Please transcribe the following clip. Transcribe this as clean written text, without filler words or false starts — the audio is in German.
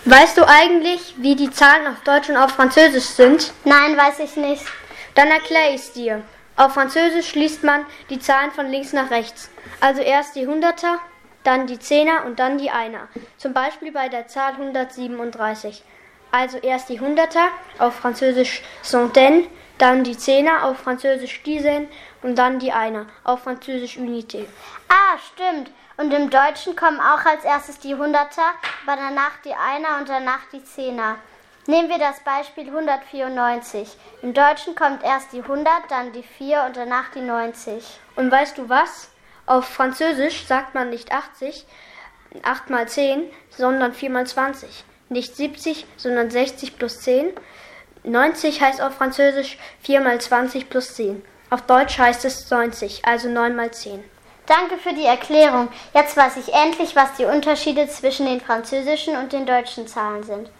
Weißt du eigentlich, wie die Zahlen auf Deutsch und auf Französisch sind? Nein, weiß ich nicht. Dann erkläre ich es dir. Auf Französisch liest man die Zahlen von links nach rechts. Also erst die Hunderter, dann die Zehner und dann die Einer. Zum Beispiel bei der Zahl 137. Also erst die Hunderter, auf Französisch Centaine, dann die Zehner, auf Französisch Dizaine und dann die Einer, auf Französisch Unité. Ah, stimmt. Und im Deutschen kommen auch als erstes die Hunderter, aber danach die Einer und danach die Zehner. Nehmen wir das Beispiel 194. Im Deutschen kommt erst die 100, dann die 4 und danach die 90. Und weißt du was? Auf Französisch sagt man nicht 80, 8 mal 10, sondern 4 mal 20. Nicht 70, sondern 60 plus 10. 90 heißt auf Französisch 4 mal 20 plus 10. Auf Deutsch heißt es 90, also 9 mal 10. Danke für die Erklärung. Jetzt weiß ich endlich, was die Unterschiede zwischen den französischen und den deutschen Zahlen sind.